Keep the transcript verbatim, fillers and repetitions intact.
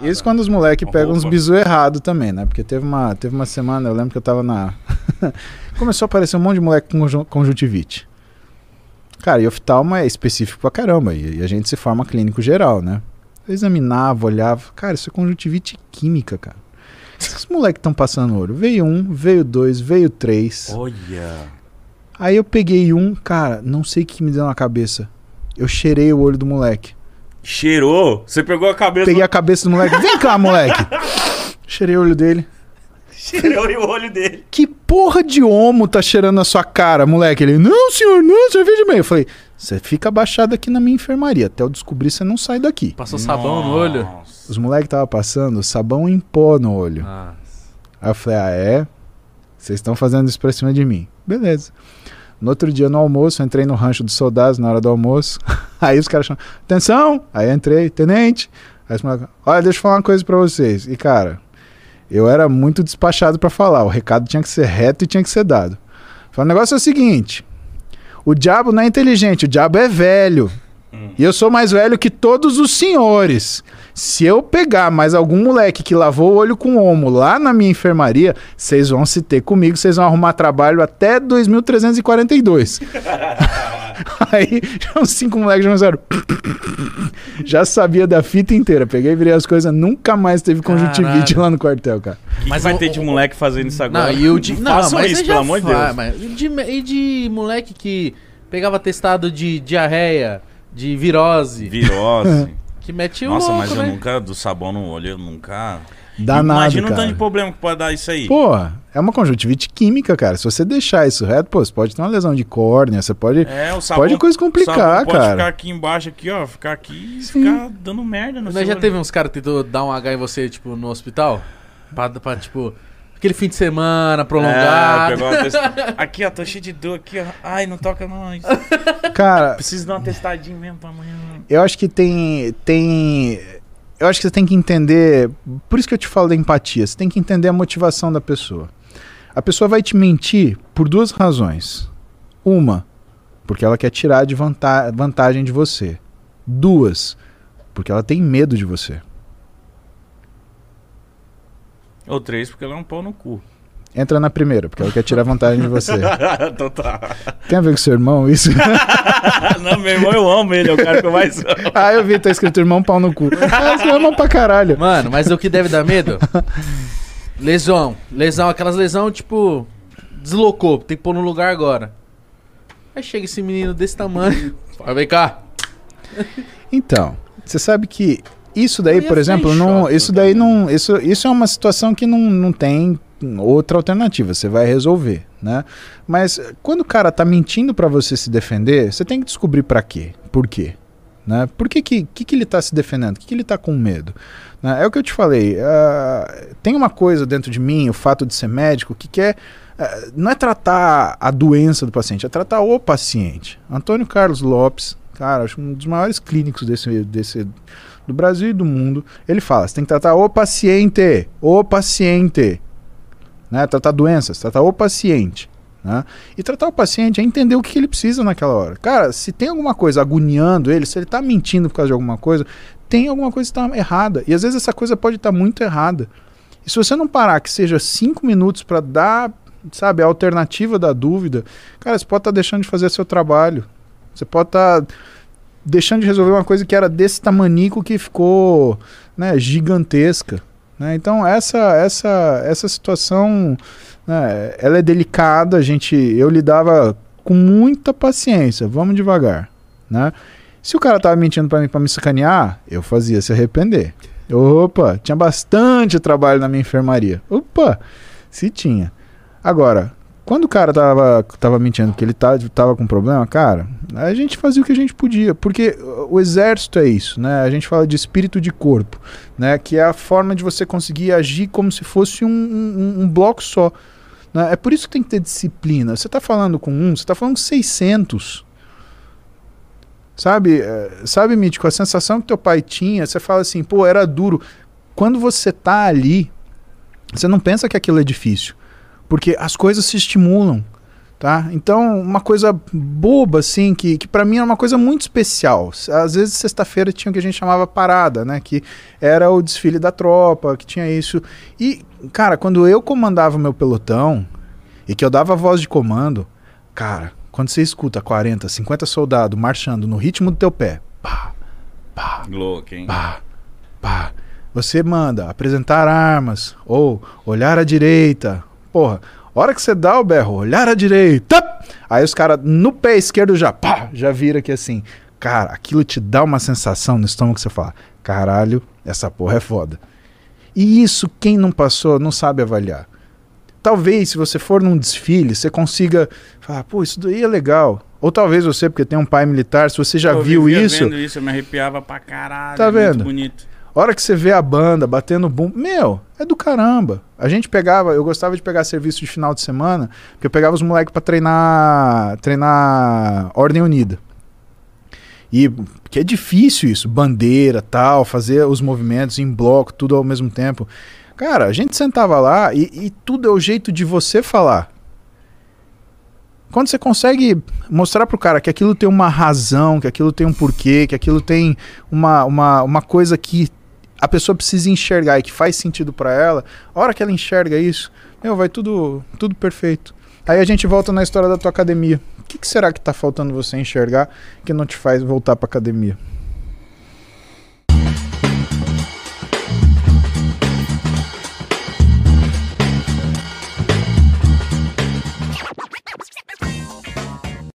Isso quando os moleques pegam uns bizu errado também, né? Porque teve uma, teve uma semana, eu lembro que eu tava na... Começou a aparecer um monte de moleque com conjuntivite. Cara, e oftalmo é específico pra caramba. E, e a gente se forma clínico geral, né? Eu examinava, olhava. Cara, isso é conjuntivite química, cara. Esses moleques estão passando no olho. Veio um, veio dois, veio três. Olha. Aí eu peguei um, cara, não sei o que me deu na cabeça. Eu cheirei o olho do moleque. Cheirou? Você pegou a cabeça... Peguei a cabeça do moleque. Vem cá, moleque. Cheirei o olho dele. Cheirou o olho dele. Que porra de homo tá cheirando a sua cara, moleque? Ele, não, senhor, não, cerveja meio. Eu falei, você fica abaixado aqui na minha enfermaria. Até eu descobrir, você não sai daqui. Passou sabão Nossa. no olho? Os moleques estavam passando sabão em pó no olho. Nossa. Aí eu falei, ah, é? Vocês estão fazendo isso pra cima de mim. Beleza. No outro dia, no almoço, eu entrei no rancho dos soldados na hora do almoço. Aí os caras chamaram, atenção! Aí eu entrei, tenente. Aí os moleques, olha, deixa eu falar uma coisa pra vocês. E, cara, eu era muito despachado pra falar. O recado tinha que ser reto e tinha que ser dado. Falei, o negócio é o seguinte. O diabo não é inteligente, o diabo é velho. Hum. E eu sou mais velho que todos os senhores. Se eu pegar mais algum moleque que lavou o olho com homo lá na minha enfermaria, vocês vão se ter comigo, vocês vão arrumar trabalho até dois mil trezentos e quarenta e dois. Aí, uns cinco moleques já começaram... Já sabia da fita inteira. Peguei, virei as coisas, nunca mais teve conjuntivite lá no quartel, cara. Que mas que vai o, ter de moleque fazendo isso agora? Não, e o de... Não, Façam mas isso, pelo amor de Deus. Mas, e, de, e de moleque que pegava testado de diarreia, de virose. Virose. Que mete o Nossa, louco, mas eu né? nunca, do sabão no olho, eu nunca... Danado, imagina o cara. tanto de problema que pode dar isso aí. Porra, é uma conjuntivite química, cara. Se você deixar isso reto, pô, você pode ter uma lesão de córnea, você pode... É, o sabão, pode coisa complicar, sabão pode cara. ficar aqui embaixo, aqui, ó, ficar aqui e ficar dando merda no Mas seu já olho. teve uns caras que tentou dar um H em você, tipo, no hospital? Pra, pra tipo... Aquele fim de semana prolongado. É, pegou uma test... Aqui, ó, tô cheio de dor aqui, ó. Ai, não toca não. Cara... Preciso dar uma testadinha mesmo pra amanhã. Eu acho que tem... tem... Eu acho que você tem que entender... Por isso que eu te falo da empatia. Você tem que entender a motivação da pessoa. A pessoa vai te mentir por duas razões. Uma, porque ela quer tirar de vanta- vantagem de você. Duas, porque ela tem medo de você. Ou três, porque ela é um pau no cu. Entra na primeira, porque ela quer tirar vantagem de você. Total. Tem a ver com seu irmão isso? Não, meu irmão, eu amo ele, é o cara que eu mais amo. Ah, eu vi, tá escrito irmão pau no cu. Ah, você ama pra caralho. Mano, mas o que deve dar medo? Lesão. Lesão, aquelas lesão, tipo, deslocou, tem que pôr no lugar agora. Aí chega esse menino desse tamanho. Fala, vem cá. Então, você sabe que isso daí, por exemplo, não, choque, isso daí não, isso, isso é uma situação que não, não tem outra alternativa, você vai resolver, né? Mas quando o cara tá mentindo pra você se defender, você tem que descobrir pra quê, por quê, né? Por que que, que, que ele tá se defendendo, o que, que ele tá com medo, né? É o que eu te falei, uh, tem uma coisa dentro de mim, o fato de ser médico, que quer, uh, não é tratar a doença do paciente, é tratar o paciente. Antônio Carlos Lopes, cara, acho um dos maiores clínicos desse, desse, do Brasil e do mundo, ele fala, você tem que tratar o paciente, o paciente, né? Tratar doenças, tratar o paciente, né? E tratar o paciente é entender o que ele precisa naquela hora. Cara, se tem alguma coisa agoniando ele, se ele está mentindo por causa de alguma coisa, tem alguma coisa que está errada. E às vezes essa coisa pode estar tá muito errada. E se você não parar que seja cinco minutos para dar, sabe, a alternativa da dúvida, cara, você pode estar tá deixando de fazer seu trabalho. Você pode estar tá deixando de resolver uma coisa que era desse tamanico que ficou, né, gigantesca. Então essa, essa, essa situação, né, ela é delicada, a gente, eu lidava com muita paciência, vamos devagar, né? Se o cara tava mentindo para mim para me sacanear, eu fazia se arrepender. Opa, tinha bastante trabalho na minha enfermaria. Opa, se tinha. Agora, quando o cara tava, tava mentindo que ele tava, tava com problema, cara, a gente fazia o que a gente podia, porque o exército é isso, né? A gente fala de espírito de corpo, né? Que é a forma de você conseguir agir como se fosse um, um, um bloco só, né? É por isso que tem que ter disciplina. Você tá falando com um, você tá falando com seiscentos. Sabe, sabe, Mítico, a sensação que teu pai tinha, você fala assim, pô, era duro. Quando você tá ali, você não pensa que aquilo é difícil. Porque as coisas se estimulam. Tá? Então, uma coisa boba, assim, que, que para mim era uma coisa muito especial. Às vezes, sexta-feira tinha o que a gente chamava parada, né? Que era o desfile da tropa, que tinha isso. E, cara, quando eu comandava o meu pelotão e que eu dava a voz de comando, cara, quando você escuta quarenta, cinquenta soldados marchando no ritmo do teu pé, pá, pá, Louco, hein? pá, pá, você manda apresentar armas ou olhar à direita, porra. Hora que você dá o berro, olhar à direita, aí os caras no pé esquerdo já, pá, já vira aqui assim. Cara, aquilo te dá uma sensação no estômago que você fala, caralho, essa porra é foda. E isso, quem não passou, não sabe avaliar. Talvez, se você for num desfile, você consiga falar, pô, isso daí é legal. Ou talvez você, porque tem um pai militar, se você já eu viu vivia isso... vendo isso, eu me arrepiava pra caralho, tá é vendo? muito bonito. Hora que você vê a banda batendo bumbo, meu, é do caramba. A gente pegava, eu gostava de pegar serviço de final de semana, porque eu pegava os moleques pra treinar, treinar Ordem Unida. E que é difícil isso, bandeira, tal, fazer os movimentos em bloco, tudo ao mesmo tempo. Cara, a gente sentava lá e, e tudo é o jeito de você falar. Quando você consegue mostrar pro cara que aquilo tem uma razão, que aquilo tem um porquê, que aquilo tem uma, uma, uma coisa que a pessoa precisa enxergar e que faz sentido pra ela, a hora que ela enxerga isso, meu, vai tudo, tudo perfeito. Aí a gente volta na história da tua academia. O que, que será que tá faltando você enxergar que não te faz voltar pra academia?